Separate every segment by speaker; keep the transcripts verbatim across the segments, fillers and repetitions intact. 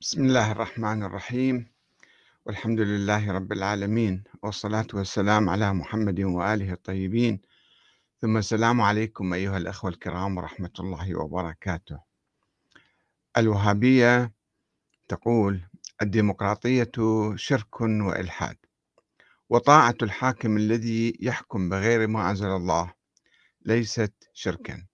Speaker 1: بسم الله الرحمن الرحيم، والحمد لله رب العالمين، والصلاة والسلام على محمد وآله الطيبين. ثم السلام عليكم أيها الأخوة الكرام ورحمة الله وبركاته. الوهابية تقول: الديمقراطية شرك وإلحاد، وطاعة الحاكم الذي يحكم بغير ما أنزل الله ليست شركا.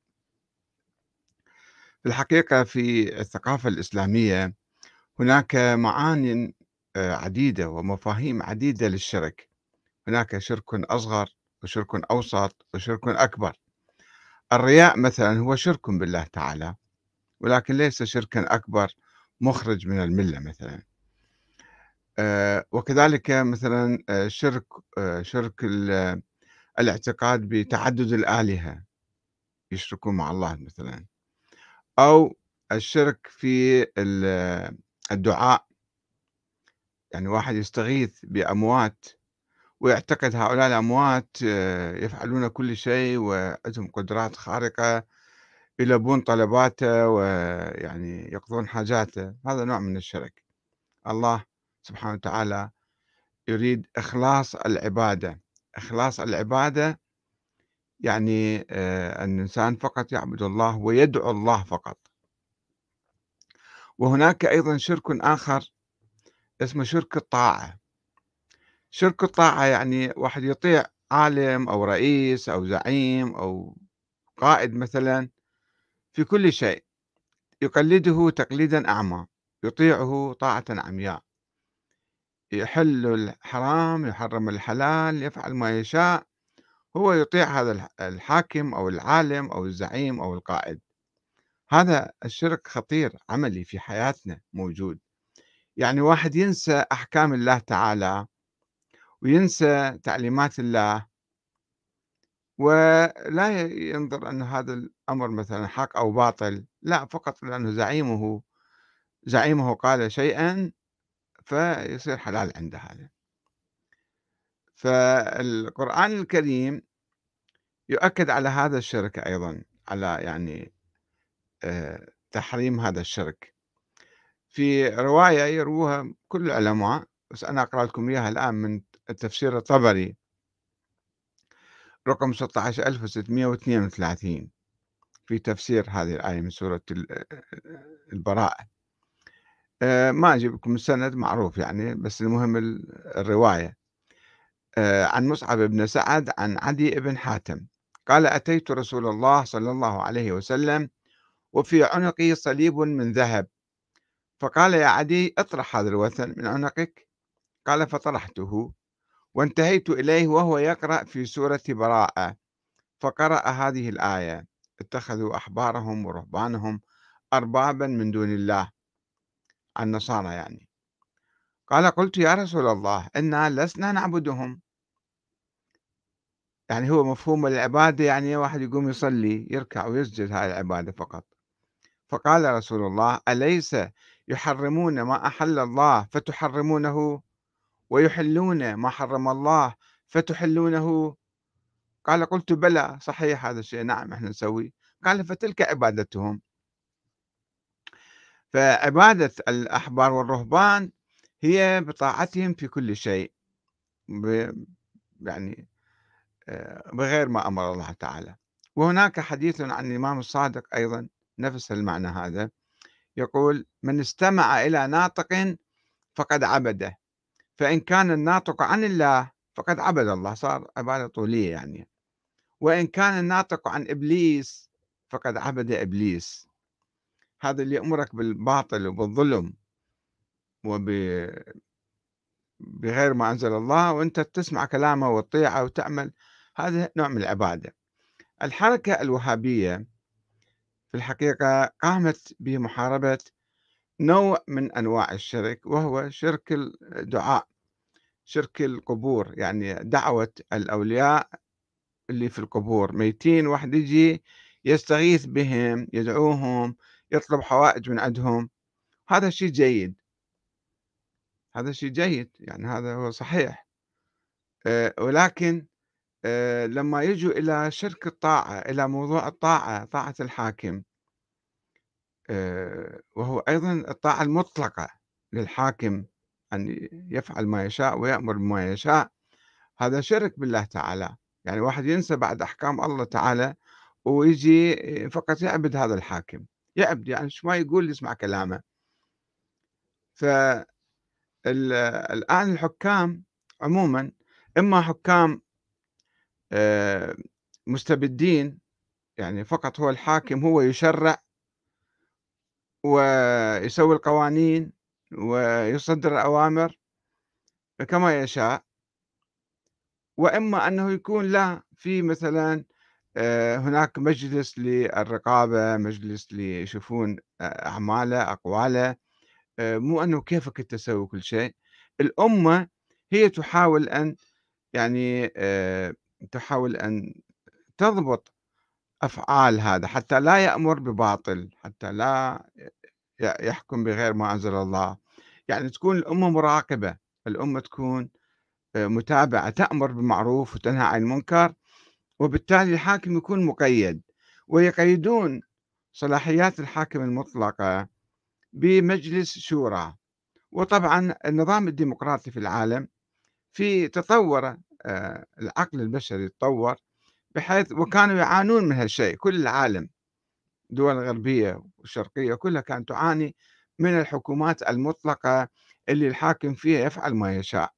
Speaker 1: في الحقيقة في الثقافة الإسلامية هناك معان آه، عديدة ومفاهيم عديدة للشرك. هناك شرك أصغر وشرك أوسط وشرك أكبر. الرياء مثلا هو شرك بالله تعالى، ولكن ليس شركا أكبر مخرج من الملة مثلا. آه، وكذلك مثلا آه، شرك آه، شرك ال- الاعتقاد بتعدد الآلهة، يشركون مع الله مثلا، أو الشرك في ال- الدعاء، يعني واحد يستغيث بأموات ويعتقد هؤلاء الأموات آه، يفعلون كل شيء وعندهم قدرات خارقة، يلبون طلباته ويعني يقضون حاجاته. هذا نوع من الشرك. الله سبحانه وتعالى يريد إخلاص العبادة. إخلاص العبادة يعني آه، أن الإنسان فقط يعبد الله ويدعو الله فقط. وهناك أيضا شرك آخر اسمه شرك الطاعة. شرك الطاعة يعني واحد يطيع عالم أو رئيس أو زعيم أو قائد مثلا في كل شيء، يقلده تقليدا أعمى، يطيعه طاعة عمياء، يحل الحرام يحرم الحلال، يفعل ما يشاء، هو يطيع هذا الح- الحاكم أو العالم أو الزعيم أو القائد. هذا الشرك خطير عملي في حياتنا موجود. يعني واحد ينسى أحكام الله تعالى وينسى تعليمات الله، ولا ي- ينظر أن هذا الأمر مثلا حق أو باطل، لا، فقط لأنه زعيمه زعيمه قال شيئا فيصير حلال عنده هذا. فالقرآن الكريم يؤكد على هذا الشرك أيضا، على يعني آه، تحريم هذا الشرك. في رواية يروها كل العلماء، بس أنا أقرأ لكم إياها الآن من التفسير الطبري رقم ستة عشر ألف وستمئة واثنين وثلاثين، في تفسير هذه الآية من سورة ال- آه، البراءة. آه، ما أجيب لكم السند معروف يعني، بس المهم ال- الرواية. آه، عن مصعب بن سعد عن عدي بن حاتم قال: أتيت رسول الله صلى الله عليه وسلم وفي عنقي صليب من ذهب، فقال: يا عدي اطرح هذا الوثن من عنقك. قال: فطرحته وانتهيت إليه وهو يقرأ في سورة براءة، فقرأ هذه الآية: اتخذوا أحبارهم ورهبانهم أربابا من دون الله، عن النصارى يعني. قال: قلت يا رسول الله إنا لسنا نعبدهم. يعني هو مفهوم العبادة يعني واحد يقوم يصلي يركع ويسجد، هاي العبادة فقط. فقال رسول الله: أليس يحرمون ما أحل الله فتحرمونه، ويحلون ما حرم الله فتحلونه؟ قال: قلت بلى، صحيح هذا الشيء، نعم احنا نسوي. قال: فتلك عبادتهم. فعبادة الأحبار والرهبان هي بطاعتهم في كل شيء، ب- يعني آه، بغير ما أمر الله تعالى. وهناك حديث عن الإمام الصادق أيضا نفس المعنى هذا، يقول: من استمع إلى ناطق فقد عبده، فإن كان الناطق عن الله فقد عبد الله، صار عبادة طولية يعني. وإن كان الناطق عن إبليس فقد عبد إبليس. هذا اللي يأمرك بالباطل وبالظلم وبغير ما أنزل الله، وأنت تسمع كلامه وتطيعه وتعمل، هذا نوع من العبادة. الحركة الوهابية في الحقيقة قامت بمحاربة نوع من أنواع الشرك، وهو شرك الدعاء، شرك القبور، يعني دعوة الأولياء اللي في القبور ميتين، واحد يجي يستغيث بهم، يدعوهم، يطلب حوائج من عندهم. هذا شيء جيد، هذا شيء جيد، يعني هذا هو صحيح. آه، ولكن آه، لما يجوا إلى شرك الطاعة، إلى موضوع الطاعة، طاعة الحاكم، آه، وهو أيضا الطاعة المطلقة، للحاكم أن يفعل ما يشاء ويأمر بما يشاء، هذا شرك بالله تعالى. يعني واحد ينسى بعد أحكام الله تعالى ويجي فقط يعبد هذا الحاكم، يعبد يعني شو ما يقول يسمع كلامه. فالآن الحكام عموما إما حكام آه، مستبدين، يعني فقط هو الحاكم هو يشرع ويسوي القوانين ويصدر الأوامر كما يشاء، وإما أنه يكون لا في مثلا آه، هناك مجلس للرقابة، مجلس ليشوفون آه، أعماله أقواله، آه، مو أنه كيفك أنت تسوي كل شيء. الأمة هي تحاول أن يعني آه، تحاول أن تضبط أفعال هذا حتى لا يأمر بباطل، حتى لا ي يحكم بغير ما أنزل الله. يعني تكون الأمة مراقبة، الأمة تكون آآ متابعة، تأمر بالمعروف وتنهى عن المنكر، وبالتالي الحاكم يكون مقيد. ويقيدون صلاحيات الحاكم المطلقة بمجلس شورى. وطبعًا النظام الديمقراطي في العالم في تطور، آآ العقل البشري تطور بحيث وكانوا يعانون من هالشيء، كل العالم. الدول الغربية والشرقية كلها كانت تعاني من الحكومات المطلقة اللي الحاكم فيها يفعل ما يشاء.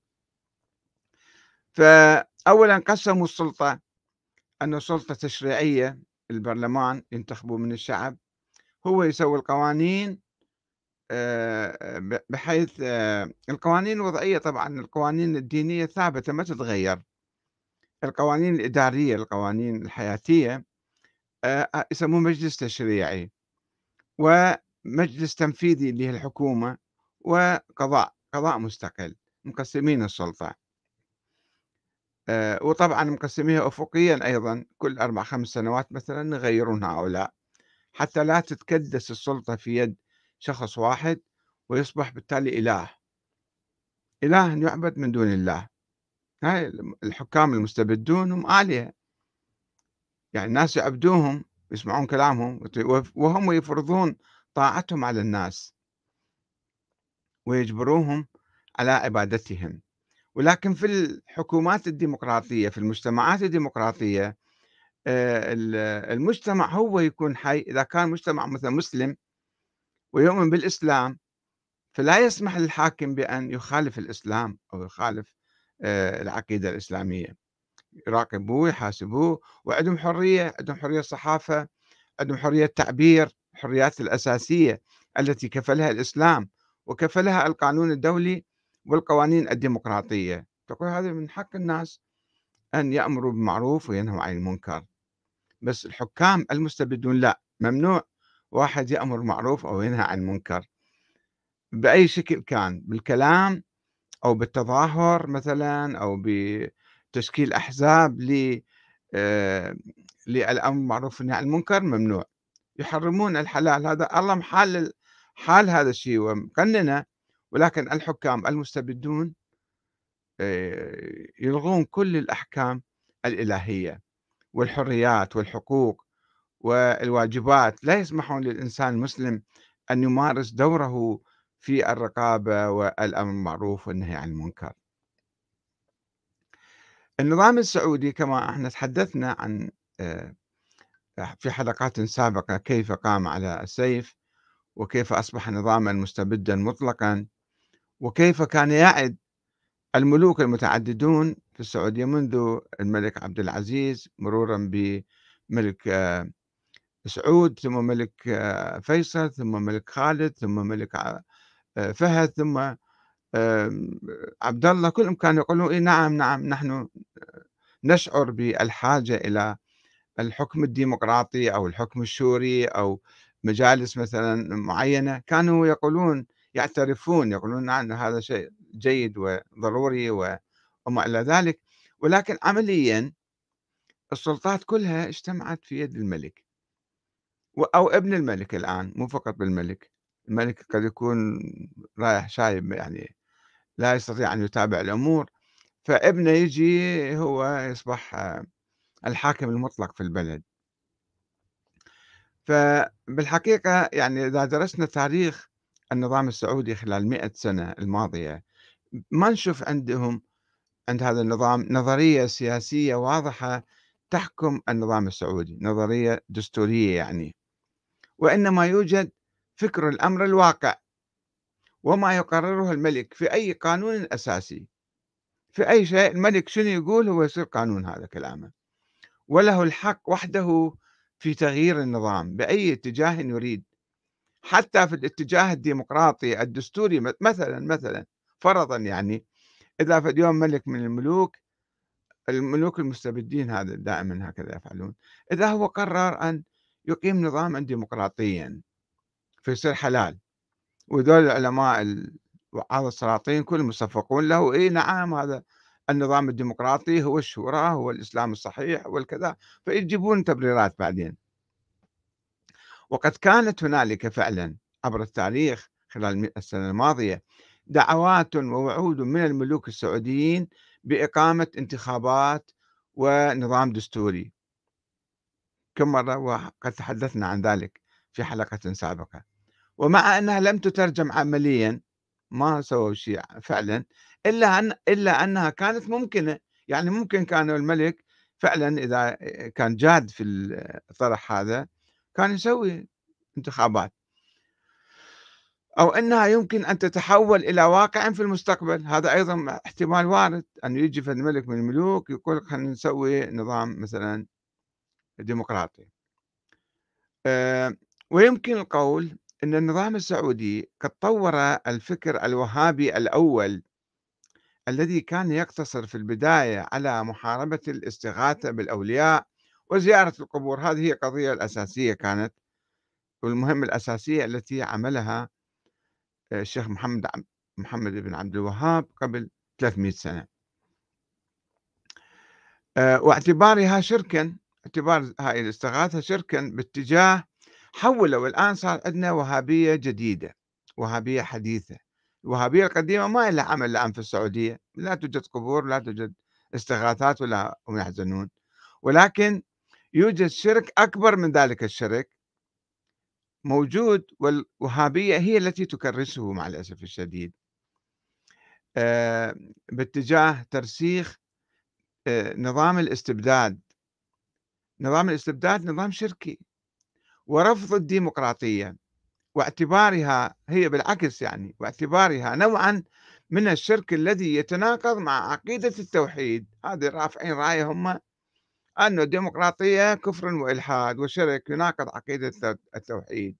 Speaker 1: فأولا قسموا السلطة أنه سلطة تشريعية، البرلمان ينتخبوا من الشعب، هو يسوي القوانين، آه، ب- بحيث آه، القوانين الوضعية طبعا القوانين الدينية ثابتة ما تتغير. القوانين الإدارية القوانين الحياتية آه، آه، يسموه مجلس تشريعي، ومجلس تنفيذي اللي هي الحكومة، وقضاء قضاء مستقل، مقسمين السلطة. آآ وطبعًا مقسميها أفقيًا أيضًا، كل أربع، خمس سنوات مثلًا يغيّرون هؤلاء، حتى لا تتكدس السلطة في يد شخص واحد ويصبح بالتالي إله، إله يُعبد من دون الله. هاي الم الحكام المستبدون هم آلهة، يعني الناس يعبدوهم، يسمعون كلامهم وت وف وهم يفرضون طاعتهم على الناس، ويجبروهم على عبادتهم. ولكن في الحكومات الديمقراطية، في المجتمعات الديمقراطية، آآ ال المجتمع هو يكون حي. إذا كان مجتمع مثلًا مسلم ويؤمن بالإسلام، فلا يسمح للحاكم بأن يخالف الإسلام أو يخالف آآ العقيدة الإسلامية، يراقبوه، يحاسبوه، وعندهم حرية، عندهم حرية صحافة، عندهم حرية تعبير، الحريات الأساسية التي كفلها الإسلام وكفلها القانون الدولي والقوانين الديمقراطية، تقول هذا من حق الناس أن يأمروا بالمعروف وينهوا عن المنكر. بس الحكام المستبدون لأ، ممنوع واحد يأمر بالمعروف أو ينهى عن المنكر بأي شكل كان، بالكلام أو بالتظاهر مثلًا أو بتشكيل أحزاب ل آآ للأمر بالمعروف والنهي عن المنكر ممنوع. يحرمون الحلال، هذا الله محلل حال هذا الشيء ومقننه. ولكن الحكام المستبدون آآ يلغون كل الأحكام الإلهية والحريات والحقوق والواجبات، لا يسمحون للإنسان المسلم أن يمارس دوره في الرقابة والأمر بالمعروف والنهي عن المنكر. النظام السعودي كما احنا تحدثنا عن آه، في حلقات سابقة كيف قام على السيف، وكيف أصبح نظاما مستبدا مطلقا، وكيف كان يعد الملوك المتعددون في السعودية منذ الملك عبد العزيز مرورا بملك آه، سعود، ثم ملك آه، فيصل، ثم ملك خالد، ثم ملك ع آآ فهد، ثم آمم عبد الله، كلهم كانوا يقولون إي نعم، نعم، نحن نشعر بالحاجة إلى الحكم الديمقراطي أو الحكم الشوري أو مجالس مثلًا معينة، كانوا يقولون يعترفون، يقولون نعم هذا شيء جيد وضروري و وما إلى ذلك. ولكن عمليًا السلطات كلها اجتمعت في يد الملك. و أو ابن الملك الآن، مو فقط بالملك. الملك قد يكون رايح شايب يعني لا يستطيع أن يتابع الأمور، فابنه يجي هو يصبح آه، الحاكم المطلق في البلد. فبالحقيقة يعني إذا درسنا تاريخ النظام السعودي خلال مئة سنة الماضية ما نشوف عندهم عند هذا النظام نظرية سياسية واضحة تحكم النظام السعودي، نظرية دستورية يعني، وإنما يوجد فكر الأمر الواقع وما يقرره الملك في أي قانون أساسي، في أي شيء الملك شنو يقول هو يصير قانون هذا كلامه، وله الحق وحده في تغيير النظام بأي اتجاه يريد، حتى في الاتجاه الديمقراطي الدستوري مثلا مثلا فرضا يعني إذا في اليوم ملك من الملوك الملوك المستبدين هذا دائما هكذا يفعلون، إذا هو قرر أن يقيم نظاما ديمقراطيا فيصير حلال، وذول العلماء ال- وعظ السلاطين كلهم يصفقون له اي نعم هذا النظام الديمقراطي هو الشورى هو الاسلام الصحيح هو الكذا، فيجيبون تبريرات بعدين. وقد كانت هنالك فعلا عبر التاريخ خلال المئة السنة الماضية دعوات ووعود من الملوك السعوديين بإقامة انتخابات ونظام دستوري، كم مرة وقد تحدثنا عن ذلك في حلقة سابقة، ومع أنها لم تترجم عمليًا ما سووا شيء فعلًا، إلا أن إلا أنها كانت ممكنة، يعني ممكن كان الملك فعلًا إذا كان جاد في الطرح هذا كان يسوي انتخابات، أو أنها يمكن أن تتحول إلى واقع في المستقبل، هذا أيضًا احتمال وارد، أن ييجي فد ملك من الملوك يقول خلينا نسوي نظام مثلًا ديمقراطي. آآ ويمكن القول أن النظام السعودي قد طوّر الفكر الوهابي الأول الذي كان يقتصر في البداية على محاربة الاستغاثة بالأولياء وزيارة القبور، هذه هي القضية الأساسية كانت والمهمة الأساسية التي عملها آآ الشيخ محمد عب محمد بن عبد الوهاب قبل ثلاثمئة سنة. آآ واعتبارها شركًا اعتبار هاي الاستغاثة شركًا باتجاه حوّلوا الآن صار عندنا وهابية جديدة، وهابية حديثة، الوهابية القديمة ما إلها عمل الآن في السعودية، لا توجد قبور، لا توجد استغاثات ولا هم يحزنون، ولكن يوجد شرك أكبر من ذلك الشرك موجود، والوهابية هي التي تكرسه مع الأسف الشديد، آآ باتجاه ترسيخ آآ نظام الاستبداد. نظام الاستبداد نظام شركي ورفض الديمقراطية واعتبارها هي بالعكس يعني واعتبارها نوعا من الشرك الذي يتناقض مع عقيدة التوحيد، هذه رافعين راية هم أن الديمقراطية كفر وإلحاد وشرك يناقض عقيدة التو- التوحيد.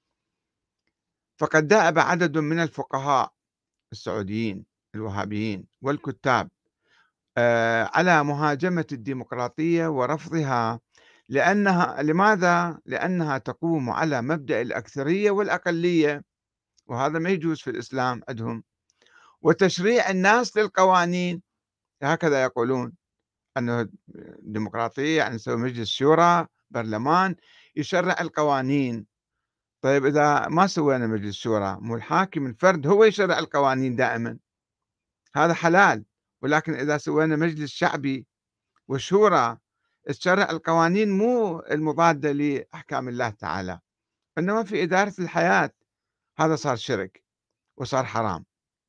Speaker 1: فقد دأب عدد من الفقهاء السعوديين الوهابيين والكتاب آآ على مهاجمة الديمقراطية ورفضها، لأنها لماذا؟ لأنها تقوم على مبدأ الأكثرية والأقلية، وهذا ما يجوز في الإسلام عندهم، وتشريع الناس للقوانين، هكذا يقولون أنه الديمقراطية يعني نسوي مجلس شورى، برلمان يشرع القوانين. طيب إذا ما سوينا مجلس شورى مو الحاكم الفرد هو يشرع القوانين دائمًا، هذا حلال، ولكن إذا سوينا مجلس شعبي والشورى تشرع القوانين مو المضادة لأحكام الله تعالى، إنما في إدارة الحياة، هذا صار شرك وصار حرام.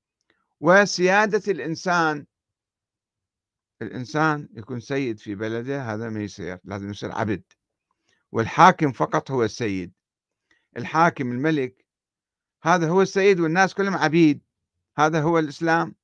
Speaker 1: وسيادة الإنسان، الإنسان يكون سيد في بلده هذا ما يصير، لازم يصير عبد، والحاكم فقط هو السيد، الحاكم الملك هذا هو السيد والناس كلهم عبيد، هذا هو الإسلام.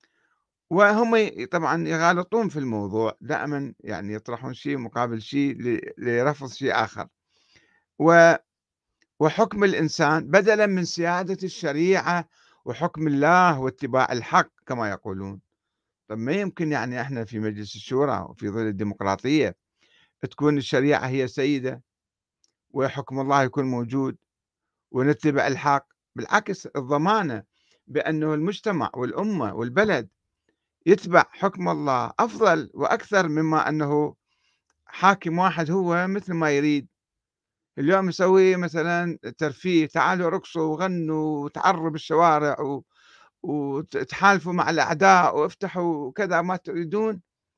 Speaker 1: وهم ي طبعًا يغالطون في الموضوع، دائمًا يعني يطرحون شيء مقابل شيء ل لرفض شيء آخر. و وحكم الإنسان بدلًا من سيادة الشريعة وحكم الله واتباع الحق كما يقولون. طب ما يمكن يعني إحنا في مجلس الشورى وفي ظل الديمقراطية تكون الشريعة هي السيدة وحكم الله يكون موجود ونتبع الحق، بالعكس الضمانة بأنه المجتمع والأمة والبلد يتبع حكم الله أفضل وأكثر مما أنه حاكم واحد هو مثل ما يريد. اليوم يسوي مثلًا ترفيه، تعالوا رقصوا وغنوا وتعرّوا بالشوارع و وتحالفوا مع الأعداء وافتحوا كذا ما تريدون،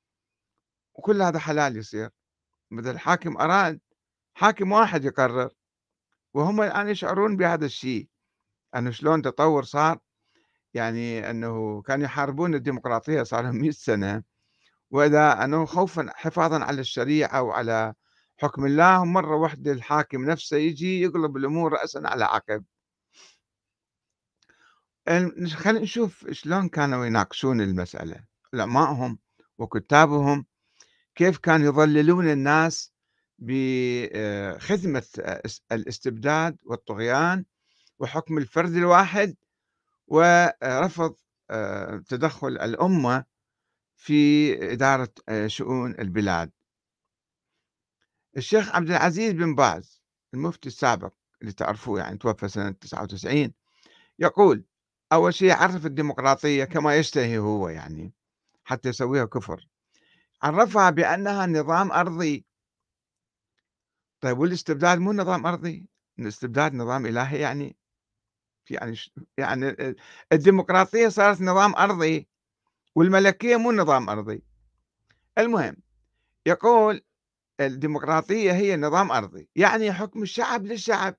Speaker 1: وكل هذا حلال يصير، إذا الحاكم أراد حاكم واحد يقرر، وهم الآن يشعرون بهذا الشيء، أنه شلون تطور صار، يعني أنه كانوا يحاربون الديمقراطية صار لهم مئة سنة، وإذا أنه خوفًا حفاظًا على الشريعة وعلى حكم الله، مرة واحدة الحاكم نفسه ييجي يقلب الأمور رأسًا على عقب. ال خلينا نشوف شلون كانوا يناقشون المسألة، علمائهم وكتابهم كيف كانوا يضللون الناس بخدمة اس الاستبداد والطغيان وحكم الفرد الواحد، ورفض آآ تدخل الأمة في إدارة آآ شؤون البلاد. الشيخ عبد العزيز بن باز المفتي السابق اللي تعرفوه، يعني توفى سنة تسعة وتسعين، يقول: أول شيء عرف الديمقراطية كما يشتهي هو يعني حتى يسويها كفر، عرفها بأنها نظام أرضي. طيب والاستبداد مو نظام أرضي؟ الاستبداد نظام إلهي يعني؟ يعني ش يعني ال الديمقراطية صارت نظام أرضي، والملكية مو نظام أرضي. المهم، يقول الديمقراطية هي نظام أرضي، يعني حكم الشعب للشعب.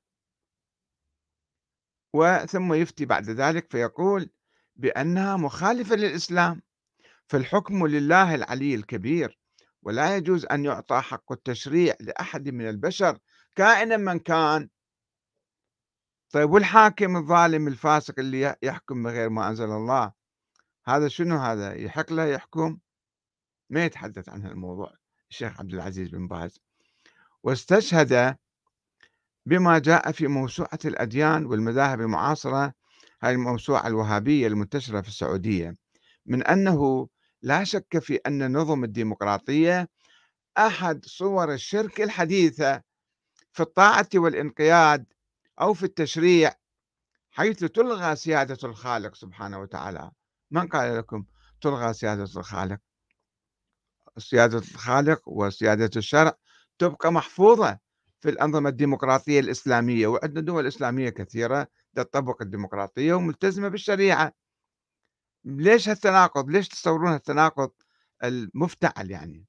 Speaker 1: وثم يفتي بعد ذلك فيقول بأنها مخالفة للإسلام، فالحكم لله العلي الكبير، ولا يجوز أن يعطى حق التشريع لأحد من البشر كائنا من كان. طيب والحاكم الظالم الفاسق اللي يحكم بغير ما أنزل الله، هذا شنو هذا؟ يحق له يحكم؟ ما يتحدث عن الموضوع الشيخ عبد العزيز بن باز. واستشهد بما جاء في موسوعة الأديان والمذاهب المعاصرة، هذه الموسوعة الوهابية المنتشرة في السعودية، من أنه لا شك في أن نظم الديمقراطية أحد صور الشرك الحديثة في الطاعة والانقياد أو في التشريع، حيث تلغى سيادة الخالق سبحانه وتعالى. من قال لكم تلغى سيادة الخالق؟ سيادة الخالق وسيادة الشرع تبقى محفوظة في الأنظمة الديمقراطية الإسلامية، وعندنا دول إسلامية كثيرة تطبق الديمقراطية وملتزمة بالشريعة. ليش هالتناقض؟ ليش تصورون هالتناقض المفتعل يعني؟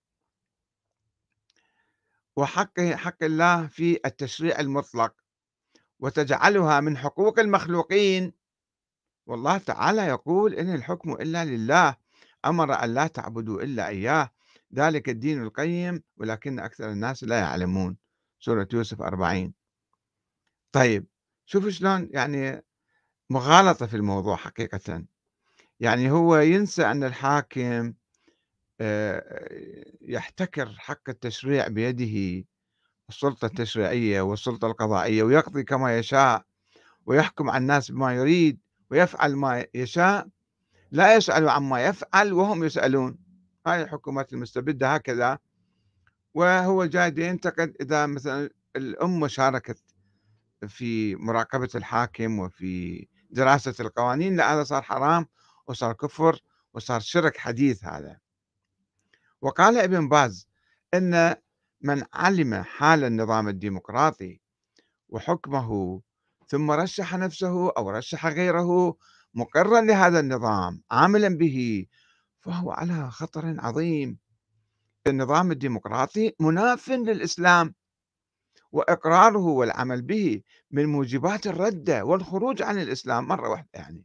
Speaker 1: وحق حق الله في التشريع المطلق وتجعلها من حقوق المخلوقين، والله تعالى يقول: إن الحكم إلا لله، أمر أن لا تعبدوا إلا إياه، ذلك الدين القيم ولكن أكثر الناس لا يعلمون. سورة يوسف أربعين. طيب، شوفوا شلون يعني مغالطة في الموضوع حقيقة. يعني هو ينسى أن الحاكم آآ يحتكر حق التشريع بيده، السلطة التشريعية والسلطة القضائية، ويقضي كما يشاء ويحكم على الناس بما يريد ويفعل ما يشاء، لا يسأل عما يفعل وهم يسألون. هاي الحكومات المستبدة هكذا. وهو جاي ينتقد إذا مثلا الأمة شاركت في مراقبة الحاكم وفي دراسة القوانين، لا هذا صار حرام وصار كفر وصار شرك حديث هذا. وقال ابن باز إن من علم حال النظام الديمقراطي وحكمه ثم رشح نفسه أو رشح غيره مقرا لهذا النظام عاملا به، فهو على خطر عظيم. النظام الديمقراطي مناف للإسلام، وإقراره والعمل به من موجبات الردة والخروج عن الإسلام مرة واحدة يعني.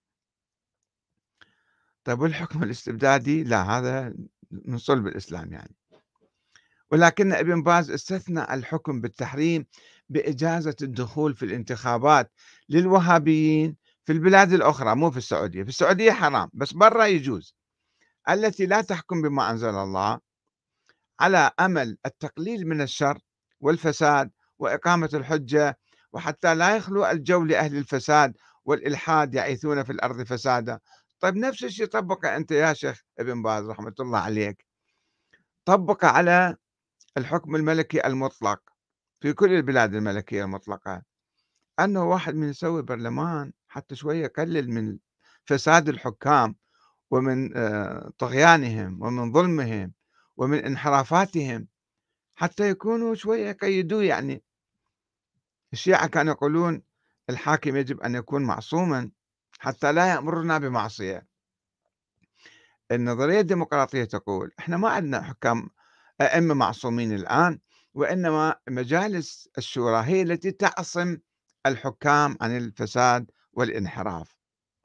Speaker 1: طيب والحكم الاستبدادي لا، هذا من صلب الإسلام يعني. ولكن ابن باز استثنى الحكم بالتحريم بإجازة الدخول في الانتخابات للوهابيين في البلاد الأخرى، مو في السعودية. في السعودية حرام، بس برا يجوز، التي لا تحكم بما أنزل الله، على أمل التقليل من الشر والفساد وإقامة الحجة، وحتى لا يخلو الجو لأهل الفساد والإلحاد يعيثون في الأرض فسادا. طيب نفس الشيء طبقه أنت يا شيخ ابن باز رحمة الله عليك، طبق على الحكم الملكي المطلق في كل البلاد الملكية المطلقة، أنه واحد من يسوي برلمان حتى شوية يقلل من فساد الحكام ومن آه، طغيانهم ومن ظلمهم ومن انحرافاتهم، حتى يكونوا شوية يقيدوه يعني. الشيعة كانوا يقولون الحاكم يجب أن يكون معصوما حتى لا يأمرنا بمعصية. النظرية الديمقراطية تقول إحنا ما عندنا حكام أئمة معصومين الآن، وإنما مجالس الشورى هي التي تعصم الحكام عن الفساد والانحراف.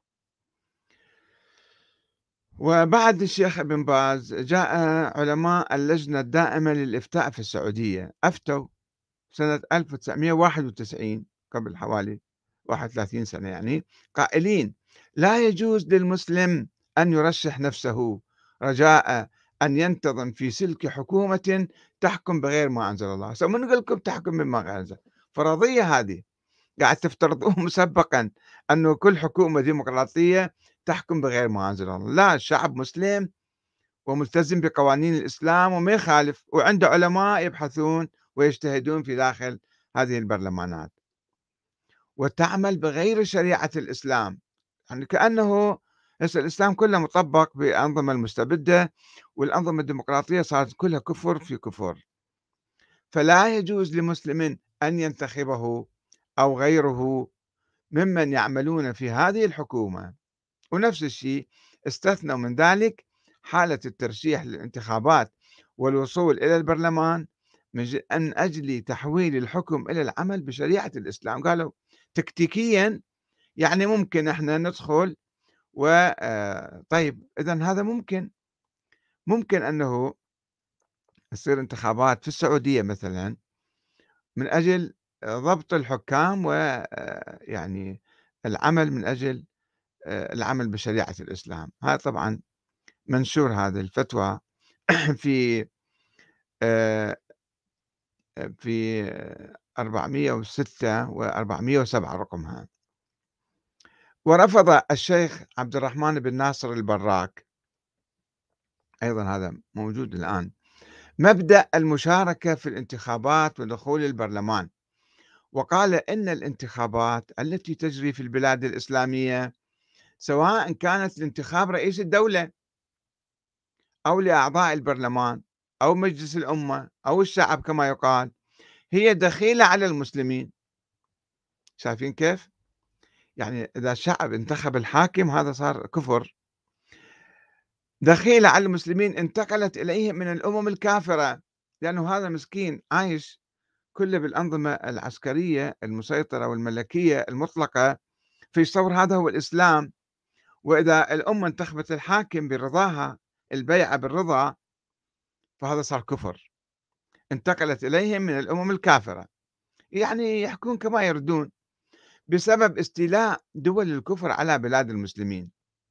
Speaker 1: وبعد الشيخ ابن باز جاء علماء اللجنة الدائمة للإفتاء في السعودية، أفتوا سنة ألف وتسعمئة وواحد وتسعين، قبل حوالي واحد وثلاثين سنة يعني، قائلين: لا يجوز للمسلم أن يرشح نفسه رجاء أن ينتظم في سلك حكومة تحكم بغير ما أنزل الله. هسه من يقول لكم تحكم بما غير أنزل؟ فرضية هذه قاعد تفترضوه مسبقا أنه كل حكومة ديمقراطية تحكم بغير ما أنزل الله. لا، الشعب مسلم وملتزم بقوانين الإسلام وما يخالف، وعنده علماء يبحثون ويجتهدون في داخل هذه البرلمانات وتعمل بغير شريعة الإسلام. يعني كأنه هسه الإسلام كله مطبق بأنظمة المستبدة، والأنظمة الديمقراطية صارت كلها كفر في كفر. فلا يجوز لمسلم أن ينتخبه أو غيره ممن يعملون في هذه الحكومة. ونفس الشيء استثنوا من ذلك حالة الترشيح للانتخابات والوصول إلى البرلمان من ج- أن أجل تحويل الحكم إلى العمل بشريعة الإسلام. قالوا تكتيكيا يعني ممكن احنا ندخل و آه، طيب إذا هذا ممكن ممكن أنه تصير انتخابات في السعودية مثلا من أجل آه، ضبط الحكام ويعني العمل من أجل آه، العمل بشريعة الإسلام. هذا طبعا منشور هذه الفتوى في آآ في أربعمئة وستة و407 رقمها. ورفض الشيخ عبد الرحمن بن ناصر البراك، أيضًا هذا موجود الآن، مبدأ المشاركة في الانتخابات ودخول البرلمان، وقال إن الانتخابات التي تجري في البلاد الإسلامية سواء كانت لانتخاب رئيس الدولة أو لأعضاء البرلمان أو مجلس الأمة أو الشعب كما يقال، هي دخيلة على المسلمين. شايفين كيف؟ يعني إذا الشعب انتخب الحاكم هذا صار كفر. دخيلة على المسلمين انتقلت إليهم من الأمم الكافرة، لأنه هذا مسكين عايش كله بالأنظمة العسكرية المسيطرة والملكية المطلقة، فيتصور هذا هو الإسلام. وإذا الأمة انتخبت الحاكم برضاها، البيعة بالرضا، فهذا صار كفر. انتقلت إليهم من الأمم الكافرة، يعني يحكون كما يردون بسبب استيلاء دول الكفر على بلاد المسلمين.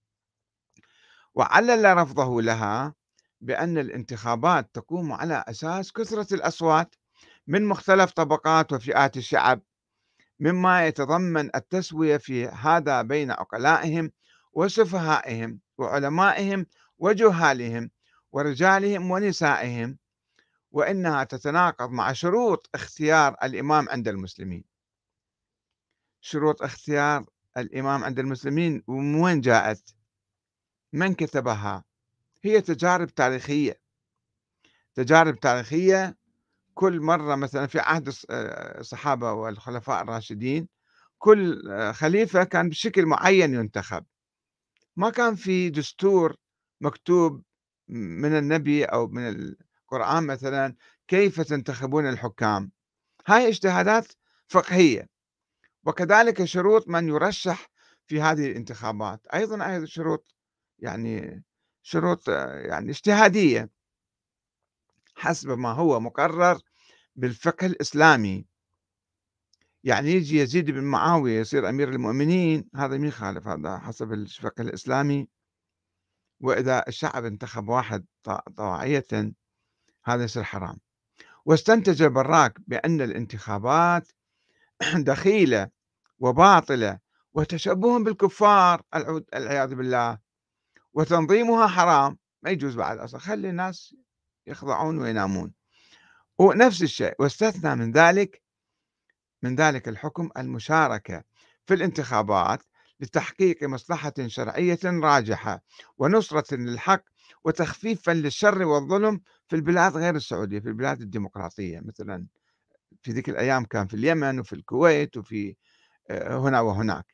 Speaker 1: وعلل رفضه لها بأن الانتخابات تقوم على أساس كثرة الأصوات من مختلف طبقات وفئات الشعب، مما يتضمن التسوية في هذا بين عقلائهم وسفهائهم وعلمائهم وجهالهم ورجالهم ونسائهم، وإنها تتناقض مع شروط اختيار الإمام عند المسلمين. شروط اختيار الإمام عند المسلمين ومن وين جاءت؟ من كتبها؟ هي تجارب تاريخية، تجارب تاريخية. كل مرة مثلا في عهد الص- آه، الصحابة والخلفاء الراشدين، كل آه، خليفة كان بشكل معين ينتخب، ما كان في دستور مكتوب من النبي أو من القرآن مثلا كيف تنتخبون الحكام. هاي اجتهادات فقهية. وكذلك شروط من يرشح في هذه الانتخابات أيضا أيضا شروط، يعني شروط آه، يعني اجتهادية حسب ما هو مقرر بالفقه الإسلامي. يعني يجي يزيد بن معاوية يصير أمير المؤمنين، هذا مين خالف؟ هذا حسب الفقه الإسلامي. وإذا الشعب انتخب واحد ط- طواعية هذا يصير حرام. واستنتج البراك بأن الانتخابات دخيلة وباطلة وتشبه بالكفار العود- العياذ بالله، وتنظيمها حرام، ما يجوز بعد أصلا، خلي الناس يخضعون وينامون. ونفس الشيء، واستثنى من ذلك من ذلك الحكم المشاركة في الانتخابات لتحقيق مصلحة شرعية راجحة ونصرة للحق وتخفيفا للشر والظلم في البلاد غير السعودية، في البلاد الديمقراطية مثلا. في ذيك الأيام كان في اليمن وفي الكويت وفي آه، هنا وهناك.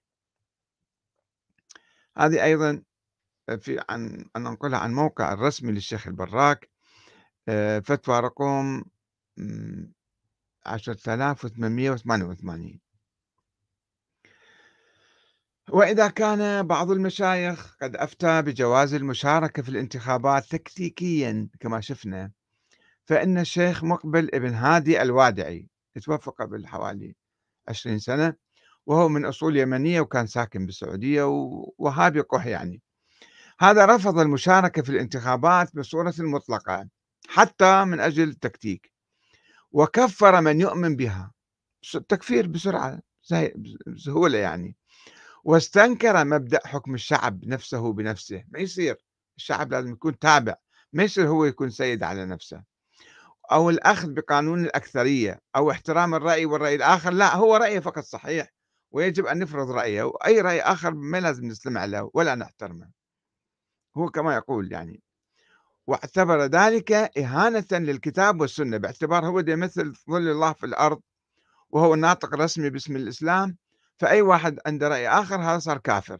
Speaker 1: هذه أيضا في عن أن أنقلها عن موقع الرسمي للشيخ البراك، آه، فتوى رقم مم، عشرة آلاف وثمانمئة وثمانية وثمانين. وإذا كان بعض المشايخ قد أفتى بجواز المشاركة في الانتخابات تكتيكيا كما شفنا، فإن الشيخ مقبل ابن هادي الوادعي توفى قبل حوالي عشرين سنة، وهو من أصول يمنية وكان ساكن بالسعودية ووهابي قح يعني. هذا رفض المشاركة في الانتخابات بصورة مطلقة حتى من أجل التكتيك، وكفر من يؤمن بها تكفير بسرعة زي بسهولة يعني، واستنكر مبدأ حكم الشعب نفسه بنفسه. ما يصير، الشعب لازم يكون تابع، ما يصير هو يكون سيد على نفسه، أو الأخذ بقانون الأكثرية أو احترام الرأي والرأي الآخر. لا، هو رأيه فقط صحيح ويجب أن نفرض رأيه، وأي رأي آخر ما لازم نستمع له ولا نحترمه، هو كما يقول يعني. واعتبر ذلك إهانة للكتاب والسنة، باعتبار هو ده يمثل ظل الله في الأرض وهو الناطق الرسمي باسم الإسلام، فأي واحد عنده رأي آخر هذا صار كافر.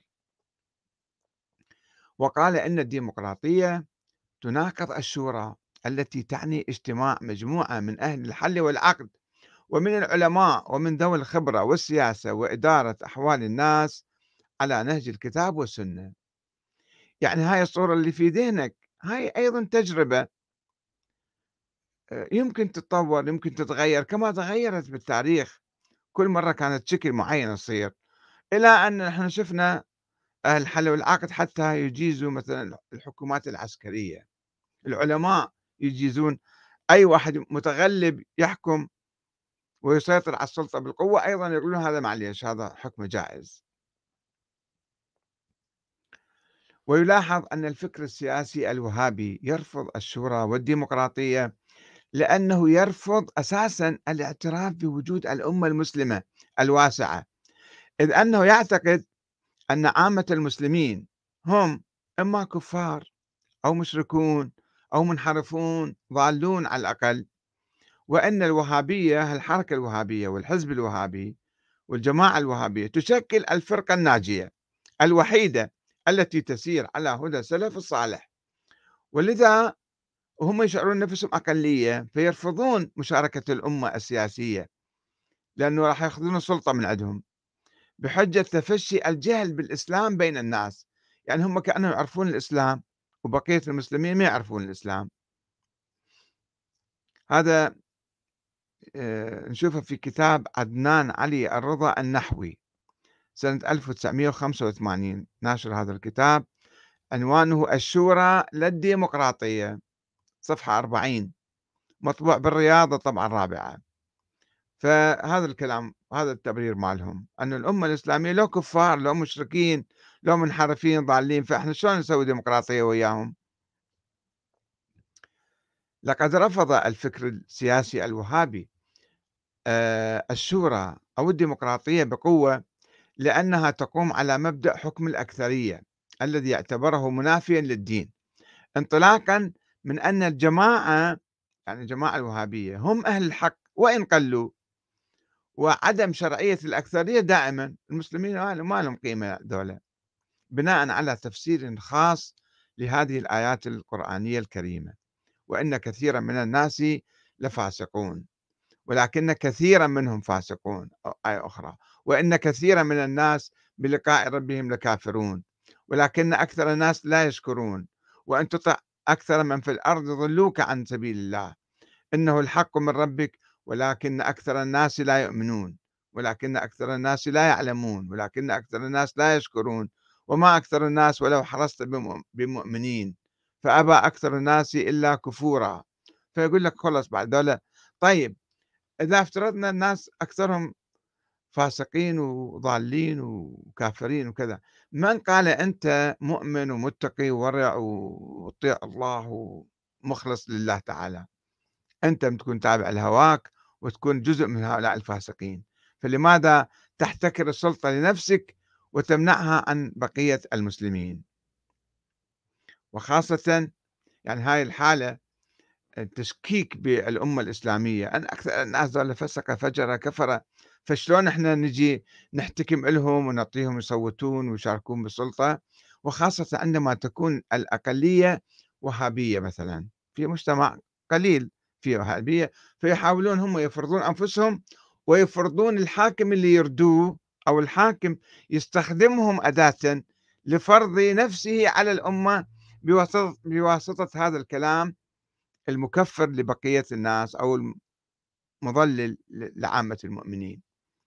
Speaker 1: وقال إن الديمقراطية تناقض الشورى التي تعني اجتماع مجموعة من أهل الحل والعقد ومن العلماء ومن ذوي الخبرة والسياسة وإدارة أحوال الناس على نهج الكتاب والسنة. يعني هاي الصورة اللي في ذهنك هاي أيضا تجربة، آه، يمكن تتطور، يمكن تتغير كما تغيرت بالتاريخ، كل مرة كانت شكل معين تصير، إلى أن نحن شفنا أهل الحل والعقد حتى يجيزوا مثلا الحكومات العسكرية، العلماء يجيزون أي واحد متغلب يحكم ويسيطر على السلطة بالقوة، أيضا يقولون هذا معليش هذا حكم جائز. ويلاحظ أن الفكر السياسي الوهابي يرفض الشورى والديمقراطية لأنه يرفض أساسا الاعتراف بوجود الأمة المسلمة الواسعة، إذ أنه يعتقد أن عامة المسلمين هم إما كفار أو مشركون أو منحرفون ضالون على الأقل، وأن الوهابية الحركة الوهابية والحزب الوهابي والجماعة الوهابية تشكل الفرقة الناجية الوحيدة التي تسير على هدى السلف الصالح، ولذا هم يشعرون نفسهم أقلية فيرفضون مشاركة الأمة السياسية، لأنه راح يأخذون السلطة من عندهم بحجة تفشي الجهل بالإسلام بين الناس. يعني هم كأنهم يعرفون الإسلام وبقية المسلمين ما يعرفون الإسلام. هذا آه، نشوفه في كتاب عدنان علي الرضا النحوي سنة ألف وتسعمئة وخمسة وثمانين، ناشر هذا الكتاب، عنوانه الشورى لا الديمقراطية، صفحة أربعين، مطبوع بالرياض الطبعة الرابعة. فهذا الكلام، هذا التبرير مالهم أن الأمة الإسلامية لو كفار لو مشركين لو منحرفين ضالين، فإحنا شلون نسوي ديمقراطية وياهم؟ لقد رفض الفكر السياسي الوهابي آه، الشورى أو الديمقراطية بقوة، لأنها تقوم على مبدأ حكم الأكثرية الذي يعتبره منافيا للدين، انطلاقا من أن الجماعة يعني الجماعة الوهابية هم أهل الحق وإن قلوا، وعدم شرعية الأكثرية دائما، المسلمين ما لهم قيمة ذولا، بناء على تفسير خاص لهذه الآيات القرآنية الكريمة: وإن كثيرا من الناس لفاسقون ولكن كثيرا منهم فاسقون، أو آية أخرى: وإن كثيرا من الناس بلقاء ربهم لكافرون ولكن أكثر الناس لا يشكرون، وأن تطع أكثر من في الأرض يضلوك عن سبيل الله، إنه الحق من ربك ولكن أكثر الناس لا يؤمنون، ولكن أكثر الناس لا يعلمون، ولكن أكثر الناس لا يشكرون، وما أكثر الناس ولو حرصت بمؤ- بمؤمنين فأبى أكثر الناس إلا كفورا. فيقول لك خلص بعد ذولا. طيب، إذا افترضنا الناس أكثرهم فاسقين وضالين وكافرين وكذا، من قال أنت مؤمن ومتقي وورع وتطيع الله ومخلص لله تعالى؟ أنت بتكون تابع لهواك وتكون جزء من هؤلاء الفاسقين، فلماذا تحتكر السلطة لنفسك وتمنعها عن بقية المسلمين؟ وخاصة يعني هاي الحالة التشكيك بالأمة الإسلامية، أن أكثر الناس ذولا فسقة فجرة كفرة، فشلون إحنا نجي نحتكم إلهم ونعطيهم يصوتون ويشاركون بالسلطة؟ وخاصة عندما تكون الأقلية وهابية مثلا في مجتمع قليل فيه وهابية، فيحاولون هم يفرضون أنفسهم ويفرضون الحاكم اللي يردوه أو الحاكم يستخدمهم أداة لفرض نفسه على الأمة بواسطة بواسطة هذا الكلام المكفر لبقية الناس أو المضلل ل لعامة المؤمنين.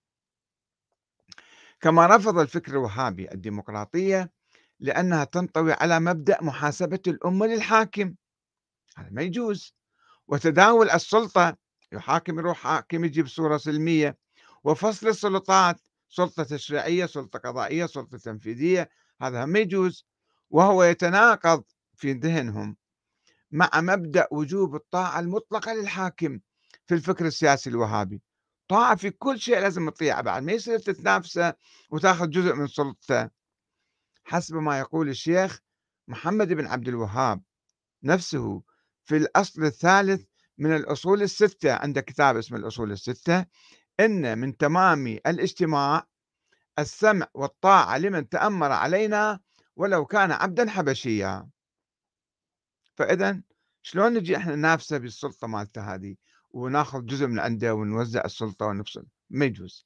Speaker 1: كما رفض الفكر الوهابي الديمقراطية لأنها تنطوي على مبدأ محاسبة الأمة للحاكم، هذا ما يجوز، وتداول السلطة، يحاكم يروح حاكم يجي بصورة سلمية، وفصل السلطات، سلطة تشريعية، سلطة قضائية، سلطة تنفيذية، هذا ما يجوز، وهو يتناقض في ذهنهم مع مبدأ وجوب الطاعة المطلقة للحاكم في الفكر السياسي الوهابي. طاعة في كل شيء لازم تطيعه، بعد ما يصير تتنافسه وتاخذ جزء من سلطته، حسب ما يقول الشيخ محمد بن عبد الوهاب نفسه في الأصل الثالث من الأصول الستة، عنده كتاب اسمه الأصول الستة: إن من تمام الاجتماع السمع والطاعة لمن تأمر علينا ولو كان عبدا حبشيا. فإذا شلون نجي احنا ننافسه بالسلطة مالته هذه وناخذ جزء من عنده ونوزع السلطة ونفصل؟ ما يجوز.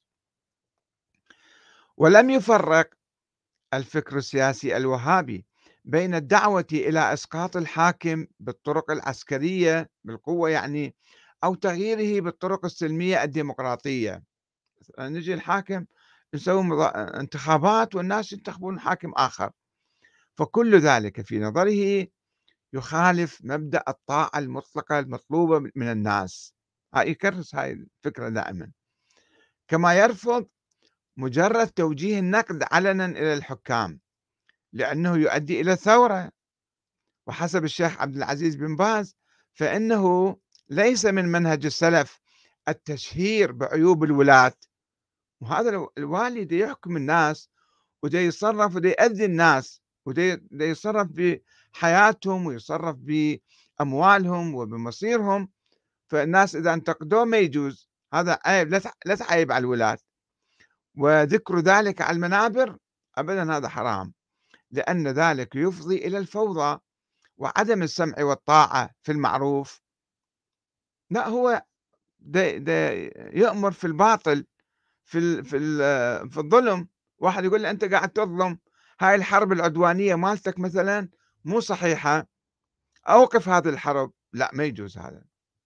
Speaker 1: ولم يفرق الفكر السياسي الوهابي بين الدعوة إلى إسقاط الحاكم بالطرق العسكرية بالقوة يعني، أو تغييره بالطرق السلمية الديمقراطية. نجي الحاكم نسوي مضا- انتخابات والناس ينتخبون حاكم آخر، فكل ذلك في نظره يخالف مبدأ الطاعة المطلقة المطلوبة من الناس. هاي يكرس هاي الفكرة دائما. كما يرفض مجرد توجيه النقد علنا إلى الحكام لأنه يؤدي إلى ثورة، وحسب الشيخ عبد العزيز بن باز فإنه ليس من منهج السلف التشهير بعيوب الولاة، وهذا الو- الوالي دي يحكم الناس وده يتصرف وده يأذي الناس وده ده يتصرف بحياتهم ويتصرف بأموالهم وبمصيرهم، فالناس إذا انتقدوه ما يجوز، هذا عيب، لا تع- لا تعيب على الولاة، وذكر ذلك على المنابر أبدا هذا حرام، لأن ذلك يفضي إلى الفوضى وعدم السمع والطاعة في المعروف. لا، هو ده ده يأمر في الباطل، في ال في ال في الظلم. واحد يقول له أنت قاعد تظلم، هاي الحرب العدوانية مالتك مثلًا مو صحيحة، أوقف هذه الحرب، لأ ما يجوز هذا،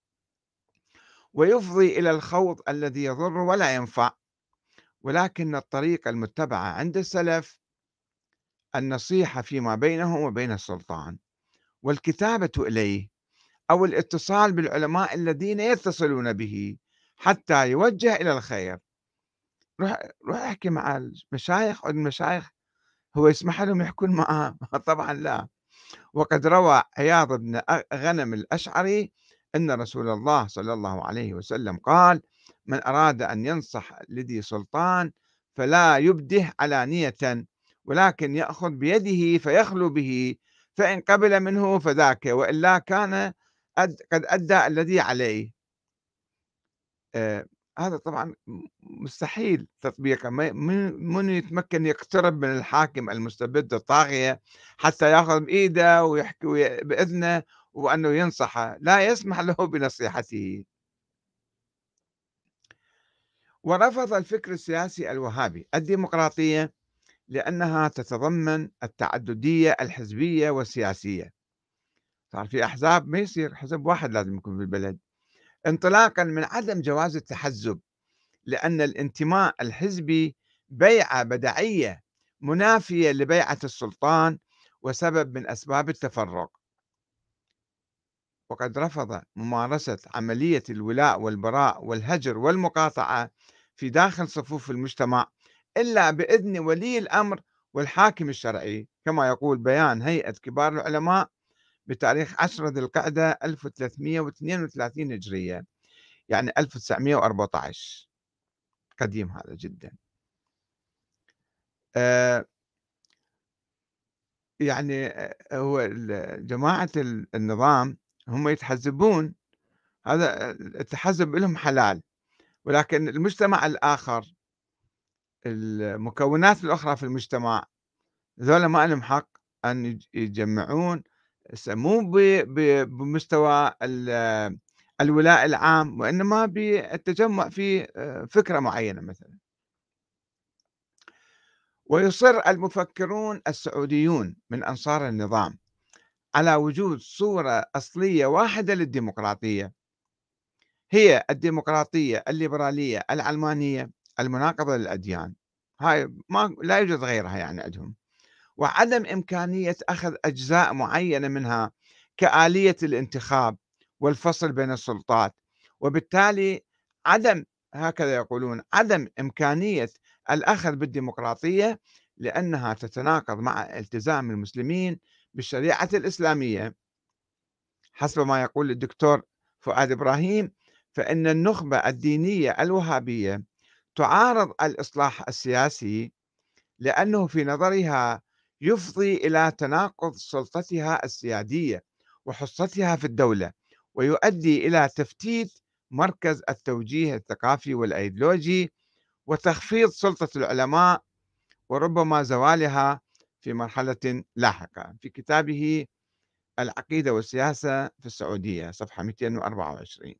Speaker 1: ويفضي إلى الخوض الذي يضر ولا ينفع. ولكن الطريقة المتبعة عند السلف النصيحة فيما بينهم وبين السلطان، والكتابة إليه أو الاتصال بالعلماء الذين يتصلون به حتى يوجه إلى الخير. روح روح احكي مع المشايخ، والمشايخ هو يسمح لهم يحكون معاه؟ طبعا لا. وقد روى عياض بن أ- غنم الأشعري أن رسول الله صلى الله عليه وسلم قال: من أراد أن ينصح لذي سلطان فلا يبده علانية، ولكن يأخذ بيده فيخلو به، فإن قبل منه فذاك، وإلا كان أد قد أدى الذي عليه. آآ هذا طبعًا م مستحيل تطبيقه، ما من من يتمكن يقترب من الحاكم المستبد الطاغية حتى ياخذ بإيده ويحكي وي بإذنه وأنه ينصحه، لا يسمح له بنصيحته. ورفض الفكر السياسي الوهابي الديمقراطية لأنها تتضمن التعددية الحزبية والسياسية، صار في أحزاب ما يصير حزب واحد لازم يكون في البلد، انطلاقًا من عدم جواز التحزب، لأن الانتماء الحزبي بيعة بدعية منافية لبيعة السلطان وسبب من أسباب التفرق. وقد رفض ممارسة عملية الولاء والبراء والهجر والمقاطعة في داخل صفوف المجتمع إلا بإذن ولي الأمر والحاكم الشرعي، كما يقول بيان هيئة كبار العلماء بتاريخ عشرة ذي القعدة ألف وثلاثمئة واثنين وثلاثين هجرية، يعني ألف وتسعمئة وأربعة عشر، قديم هذا جدا. آه يعني آآ هو ال جماعة ال النظام هم يتحزبون، هذا التحزب لهم حلال، ولكن المجتمع الآخر، المكونات الأخرى في المجتمع، ذولا ما لهم حق أن يج يتجمعون س مو ب ب بمستوى ال الولاء العام، وإنما بالتجمع في آآ فكرة معينة مثلًا. ويصر المفكرون السعوديون من أنصار النظام على وجود صورة أصلية واحدة للديمقراطية، هي الديمقراطية الليبرالية العلمانية المناقضة للأديان. هاي ما لا يوجد غيرها يعني عندهم. وعدم إمكانية أخذ أجزاء معينة منها كآلية الانتخاب والفصل بين السلطات، وبالتالي عدم، هكذا يقولون، عدم إمكانية الأخذ بالديمقراطية لأنها تتناقض مع التزام المسلمين بالشريعة الإسلامية. حسب ما يقول الدكتور فؤاد إبراهيم، فإن النخبة الدينية الوهابية تعارض الإصلاح السياسي لأنه في نظرها يفضي إلى تناقض سلطتها السيادية وحصتها في الدولة، ويؤدي إلى تفتيت مركز التوجيه الثقافي والأيديولوجي وتخفيض سلطة العلماء وربما زوالها في مرحلة لاحقة. في كتابه العقيدة والسياسة في السعودية صفحة مئتين وأربعة وعشرين.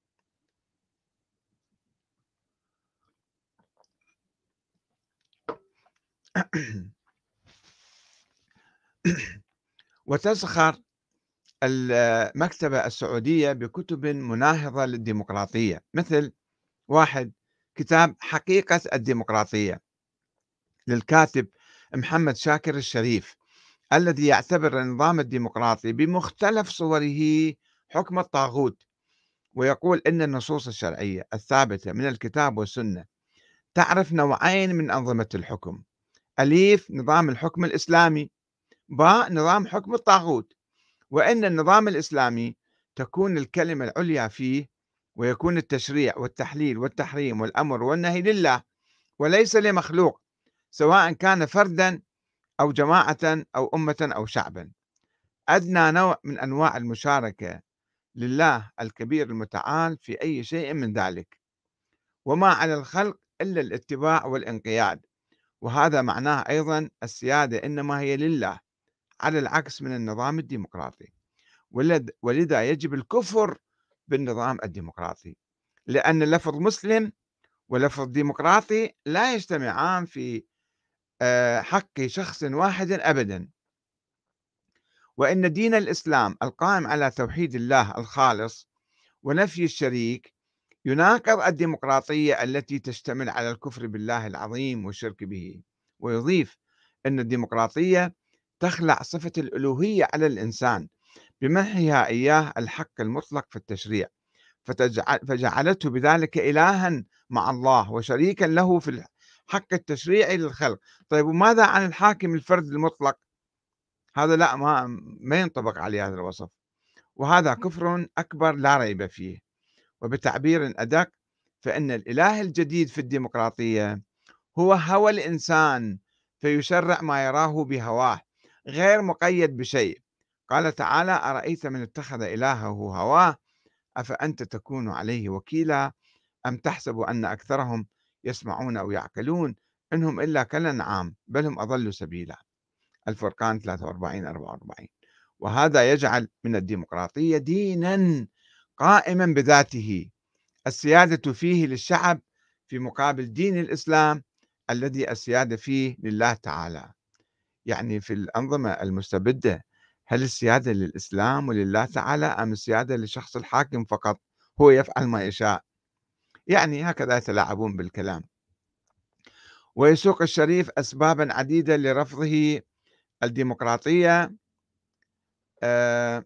Speaker 1: وتزخر المكتبة السعودية بكتب مناهضة للديمقراطية، مثل واحد كتاب حقيقة الديمقراطية للكاتب محمد شاكر الشريف، الذي يعتبر النظام الديمقراطي بمختلف صوره حكم الطاغوت، ويقول إن النصوص الشرعية الثابتة من الكتاب والسنة تعرف نوعين من أنظمة الحكم: أليف نظام الحكم الإسلامي، باء نظام حكم الطاغوت، وأن النظام الإسلامي تكون الكلمة العليا فيه، ويكون التشريع والتحليل والتحريم والأمر والنهي لله وليس لمخلوق، سواء كان فردا أو جماعة أو أمة أو شعبا. أدنى نوع من أنواع المشاركة لله الكبير المتعال في أي شيء من ذلك، وما على الخلق إلا الاتباع والانقياد، وهذا معناه أيضا السيادة إنما هي لله، على العكس من النظام الديمقراطي. ولد- ولذا يجب الكفر بالنظام الديمقراطي، لأن لفظ مسلم ولفظ ديمقراطي لا يجتمعان في آه، حق شخص واحد أبدا. وإن دين الإسلام القائم على توحيد الله الخالص ونفي الشريك يناقض الديمقراطية التي تشتمل على الكفر بالله العظيم والشرك به. ويضيف أن الديمقراطية تخلع صفة الألوهية على الإنسان بمنحها إياه الحق المطلق في التشريع، فتجعل فجعلته بذلك إلها مع الله وشريكا له في الحق التشريعي للخلق. طيب وماذا عن الحاكم الفرد المطلق؟ هذا لا، ما ما ينطبق عليه هذا الوصف، وهذا كفر أكبر لا ريب فيه. وبتعبير أدق، فإن الإله الجديد في الديمقراطية هو هوى الإنسان، فيشرع ما يراه بهواه غير مقيد بشيء. قال تعالى: أرأيت من اتخذ إلهه هواه أفأنت تكون عليه وكيلا أم تحسب أن أكثرهم يسمعون أو يعقلون إنهم إلا كالأنعام بل هم أضل سبيلا. الفرقان ثلاثة وأربعين أربعة وأربعين. وهذا يجعل من الديمقراطية دينا قائما بذاته، السيادة فيه للشعب في مقابل دين الإسلام الذي السيادة فيه لله تعالى. يعني في الأنظمة المستبدة، هل السيادة للإسلام ولله تعالى أم السيادة للشخص الحاكم فقط، هو يفعل ما يشاء؟ يعني هكذا يتلاعبون بالكلام. ويسوق الشريف أسبابا عديدة لرفضه الديمقراطية. آه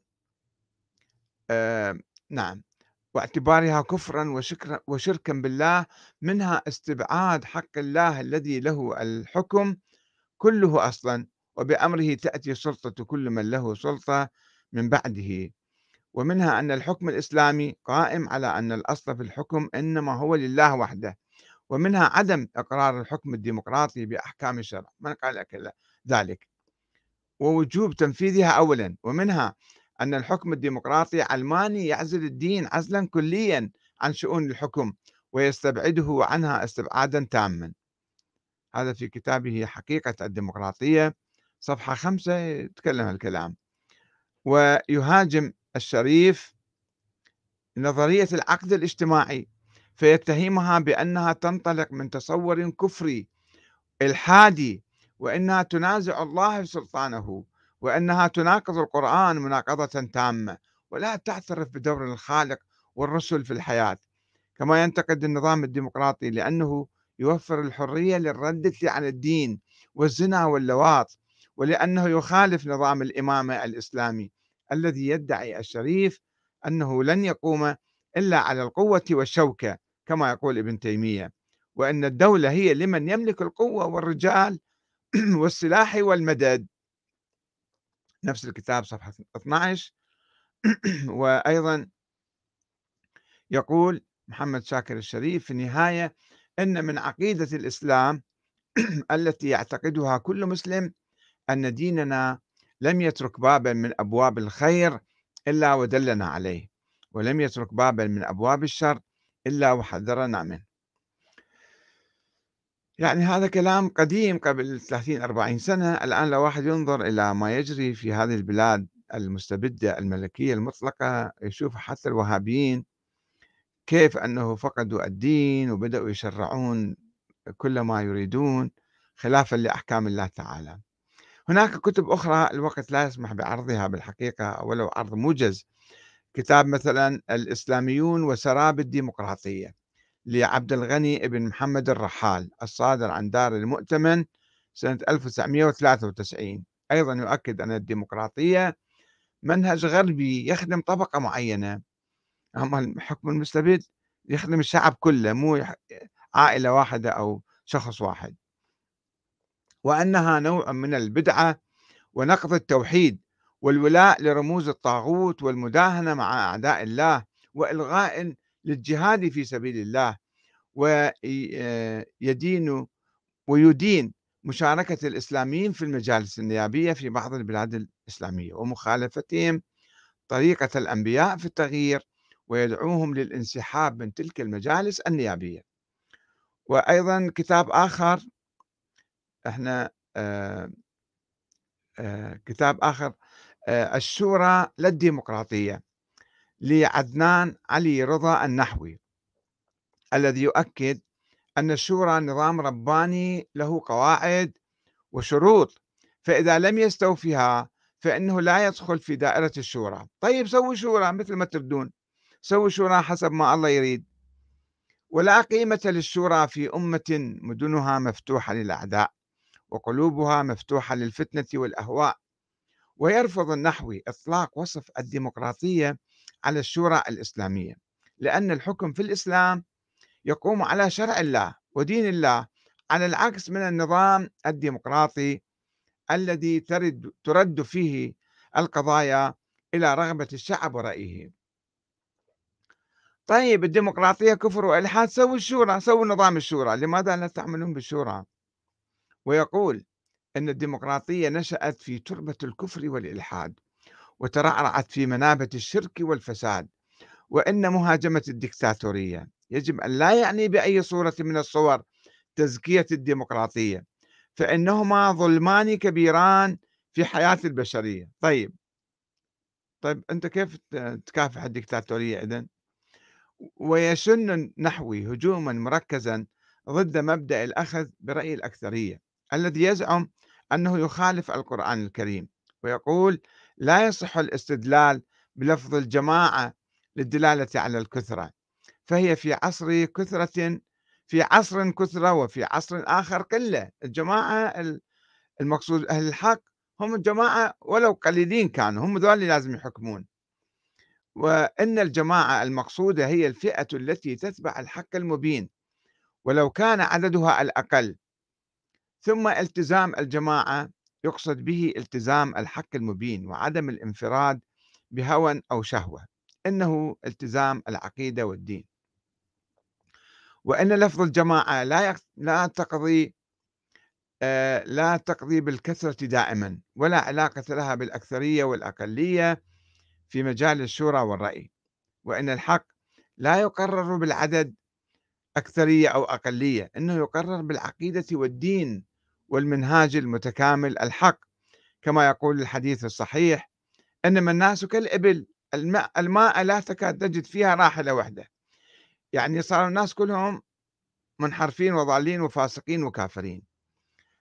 Speaker 1: آه نعم، واعتبارها كفرا وشكرا وشركا بالله، منها استبعاد حق الله الذي له الحكم كله أصلا، وبأمره تأتي سلطة كل من له سلطة من بعده. ومنها أن الحكم الإسلامي قائم على أن الأصل في الحكم إنما هو لله وحده. ومنها عدم إقرار الحكم الديمقراطي بأحكام الشرع، من قال لك ذلك، ووجوب تنفيذها أولا. ومنها أن الحكم الديمقراطي علماني يعزل الدين عزلا كليا عن شؤون الحكم ويستبعده عنها استبعادا تاما. هذا في كتابه حقيقة الديمقراطية صفحة خمسة يتكلم الكلام. ويهاجم الشريف نظرية العقد الاجتماعي، فيتهمها بأنها تنطلق من تصور كفري إلحادي وإنها تنازع الله سلطانه، وأنها تناقض القرآن مناقضة تامة، ولا تعترف بدور الخالق والرسل في الحياة. كما ينتقد النظام الديمقراطي لأنه يوفر الحرية للردة عن الدين والزنا واللواط، ولأنه يخالف نظام الإمامة الإسلامي الذي يدعي الشريف أنه لن يقوم إلا على القوة والشوكة كما يقول ابن تيمية، وأن الدولة هي لمن يملك القوة والرجال والسلاح والمدد. نفس الكتاب صفحة اثني عشر. وأيضا يقول محمد شاكر الشريف في النهاية أن من عقيدة الإسلام التي يعتقدها كل مسلم أن ديننا لم يترك بابا من أبواب الخير إلا ودلنا عليه، ولم يترك بابا من أبواب الشر إلا وحذرنا منه. يعني هذا كلام قديم قبل ثلاثين أربعين سنة. الآن لو واحد ينظر إلى ما يجري في هذه البلاد المستبدة الملكية المطلقة يشوف حتى الوهابيين كيف أنه فقدوا الدين وبدأوا يشرعون كل ما يريدون خلافا لأحكام الله تعالى. هناك كتب أخرى الوقت لا يسمح بعرضها بالحقيقة ولو عرض موجز. كتاب مثلا الإسلاميون وسراب الديمقراطية لعبد الغني بن محمد الرحال الصادر عن دار المؤتمن سنة ألف وتسعمئة وثلاثة وتسعين، أيضا يؤكد أن الديمقراطية منهج غربي يخدم طبقة معينة، أما الحكم المستبد يخدم الشعب كله مو يح- عائلة واحدة أو شخص واحد، وأنها نوع من البدعة ونقض التوحيد والولاء لرموز الطاغوت والمداهنة مع أعداء الله وإلغاء للجهاد في سبيل الله، ويدين ويدين مشاركة الإسلاميين في المجالس النيابية في بعض البلاد الإسلامية ومخالفتهم طريقة الأنبياء في التغيير، ويدعوهم للانسحاب من تلك المجالس النيابية. وأيضا كتاب آخر احنا آه آه كتاب آخر آه الشورى للديمقراطية لعدنان علي رضا النحوي، الذي يؤكد أن الشورى نظام رباني له قواعد وشروط، فإذا لم يستوفها فإنه لا يدخل في دائرة الشورى. طيب سووا شورى مثل ما تردون، سووا شورى حسب ما الله يريد. ولا قيمة للشورى في أمة مدنها مفتوحة للأعداء وقلوبها مفتوحة للفتنة والأهواء. ويرفض النحوي إطلاق وصف الديمقراطية على الشورى الإسلامية، لأن الحكم في الإسلام يقوم على شرع الله ودين الله، على العكس من النظام الديمقراطي الذي ترد ترد فيه القضايا إلى رغبة الشعب ورأيه. طيب الديمقراطية كفر وإلحاد، سووا الشورى، سووا نظام الشورى، لماذا لا تعملون بالشورى؟ ويقول أن الديمقراطية نشأت في تربة الكفر والإلحاد وترعرعت في منابت الشرك والفساد، وإن مهاجمة الدكتاتورية يجب أن لا يعني بأي صورة من الصور تزكية الديمقراطية، فإنهما ظلمان كبيران في حياة البشرية. طيب طيب أنت كيف ت- تكافح الدكتاتورية إذن؟ ويشن النحوي هجوما مركزا ضد مبدأ الأخذ برأي الأكثرية الذي يزعم أنه يخالف القرآن الكريم، ويقول لا يصح الاستدلال بلفظ الجماعة للدلالة على الكثرة، فهي في عصر كثرة في عصر كثرة وفي عصر آخر قلة. الجماعة المقصود أهل الحق هم الجماعة ولو قليلين كانوا، هم ذول اللي لازم يحكمون. وإن الجماعة المقصودة هي الفئة التي تتبع الحق المبين ولو كان عددها الأقل. ثم التزام الجماعة يقصد به التزام الحق المبين وعدم الانفراد بهوى أو شهوة، إنه التزام العقيدة والدين. وإن لفظ الجماعة لا يق- لا تقضي آه، لا تقضي بالكثرة دائما، ولا علاقة لها بالأكثرية والأقلية في مجال الشورى والرأي. وإن الحق لا يقرر بالعدد أكثرية أو أقلية، إنه يقرر بالعقيدة والدين والمنهاج المتكامل الحق، كما يقول الحديث الصحيح: إنما الناس كالإبل، الماء, الماء لا تكاد تجد فيها راحلة واحدة. يعني صار الناس كلهم منحرفين وضالين وفاسقين وكافرين.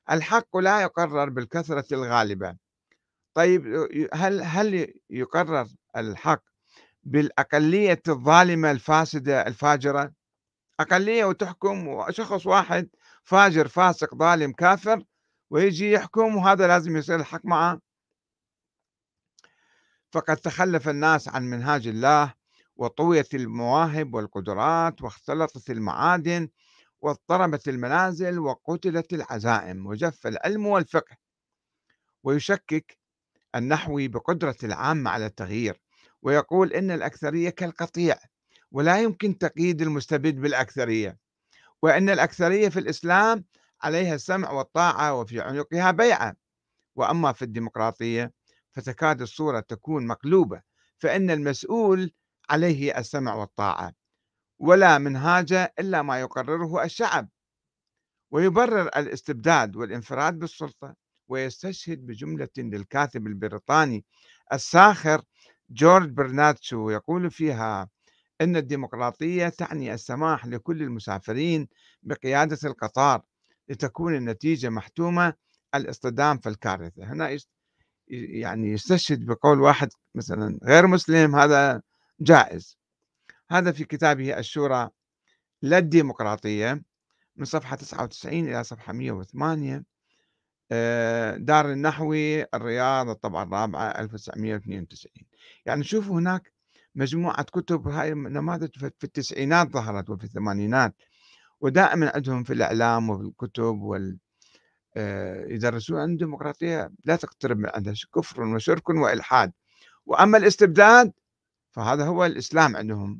Speaker 1: الحق لا يقرر بالكثرة الغالبة. طيب ي هل هل يقرر الحق بالأقلية الظالمة الفاسدة الفاجرة؟ أقلية وتحكم، وشخص واحد فاجر فاسق ظالم كافر ويجي يحكم وهذا لازم يصير الحق معه. فقد تخلف الناس عن منهاج الله، وطويت المواهب والقدرات، واختلطت المعادن، واضطربت المنازل، وقتلت العزائم، وجف العلم والفقه. ويشكك النحوي بقدرة العامة على التغيير، ويقول إن الأكثرية كالقطيع، ولا يمكن تقييد المستبد بالأكثرية، وإن الأكثرية في الإسلام عليها السمع والطاعة وفي عنقها بيعة. وأما في الديمقراطية فتكاد الصورة تكون مقلوبة، فإن المسؤول عليه السمع والطاعة، ولا منهاج إلا ما يقرره الشعب. ويبرر الاستبداد والانفراد بالسلطة، ويستشهد بجملة للكاتب البريطاني الساخر جورج برناتشو يقول فيها إن الديمقراطية تعني السماح لكل المسافرين بقيادة القطار لتكون النتيجة محتومة الاصطدام في الكارثة. هنا يست- يعني يستشهد بقول واحد مثلا غير مسلم، هذا جائز. هذا في كتابه الشورى لا الديمقراطية من صفحة تسعة وتسعين إلى صفحة مئة وثمانية. آآ دار النحوي الرياض الطبعة الرابعة ألف وتسعمئة واثنين وتسعين. يعني شوفوا هناك مجموعة كتب، هاي نماذج في في التسعينات ظهرت وفي الثمانينات، ودائمًا عندهم في الإعلام وفي الكتب وال آآ يدرسون أن الديمقراطية لا تقترب من عندها ش كفر وشرك وإلحاد. وأما الاستبداد فهذا هو الإسلام عندهم.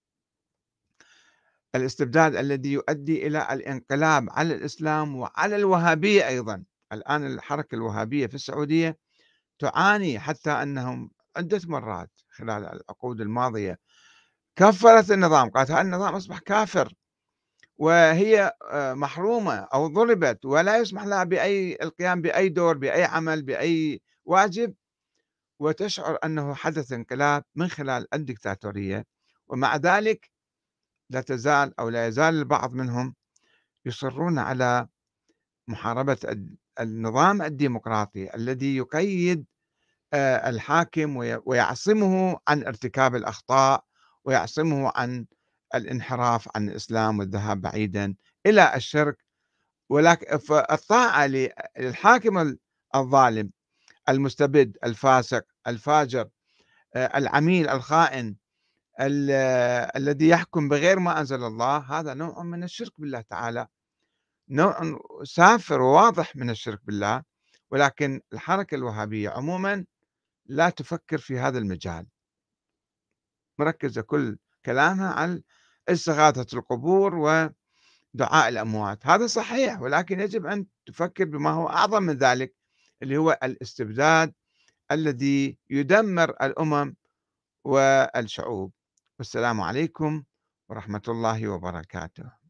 Speaker 1: الاستبداد الذي يؤدي إلى الانقلاب على الإسلام وعلى الوهابية أيضًا. الآن الحركة الوهابية في السعودية تعاني، حتى أنهم عدة مرات خلال العقود الماضية كفّرت النظام، قالت هذا النظام أصبح كافر، وهي آآ محرومة أو ضُربت ولا يسمح لها بأي القيام بأي دور، بأي عمل، بأي واجب، وتشعر أنه حدث انقلاب من خلال الدكتاتورية. ومع ذلك لا تزال أو لا يزال البعض منهم يصرون على محاربة ال النظام الديمقراطي الذي يقيد آآ الحاكم وي ويعصمه عن ارتكاب الأخطاء، ويعصمه عن الانحراف عن الإسلام والذهاب بعيدًا إلى الشرك. ولك فالطاعة ل للحاكم ال الظالم، المستبد، الفاسق، الفاجر، آآ العميل، الخائن، ال الذي يحكم بغير ما أنزل الله، هذا نوع من الشرك بالله تعالى، نوع سافر وواضح من الشرك بالله. ولكن الحركة الوهابية عمومًا لا تفكر في هذا المجال، مركزة كل كلامها عن استغاثة القبور ودعاء الأموات. هذا صحيح، ولكن يجب أن تفكر بما هو أعظم من ذلك، اللي هو الاستبداد الذي يدمر الأمم والشعوب. والسلام عليكم ورحمة الله وبركاته.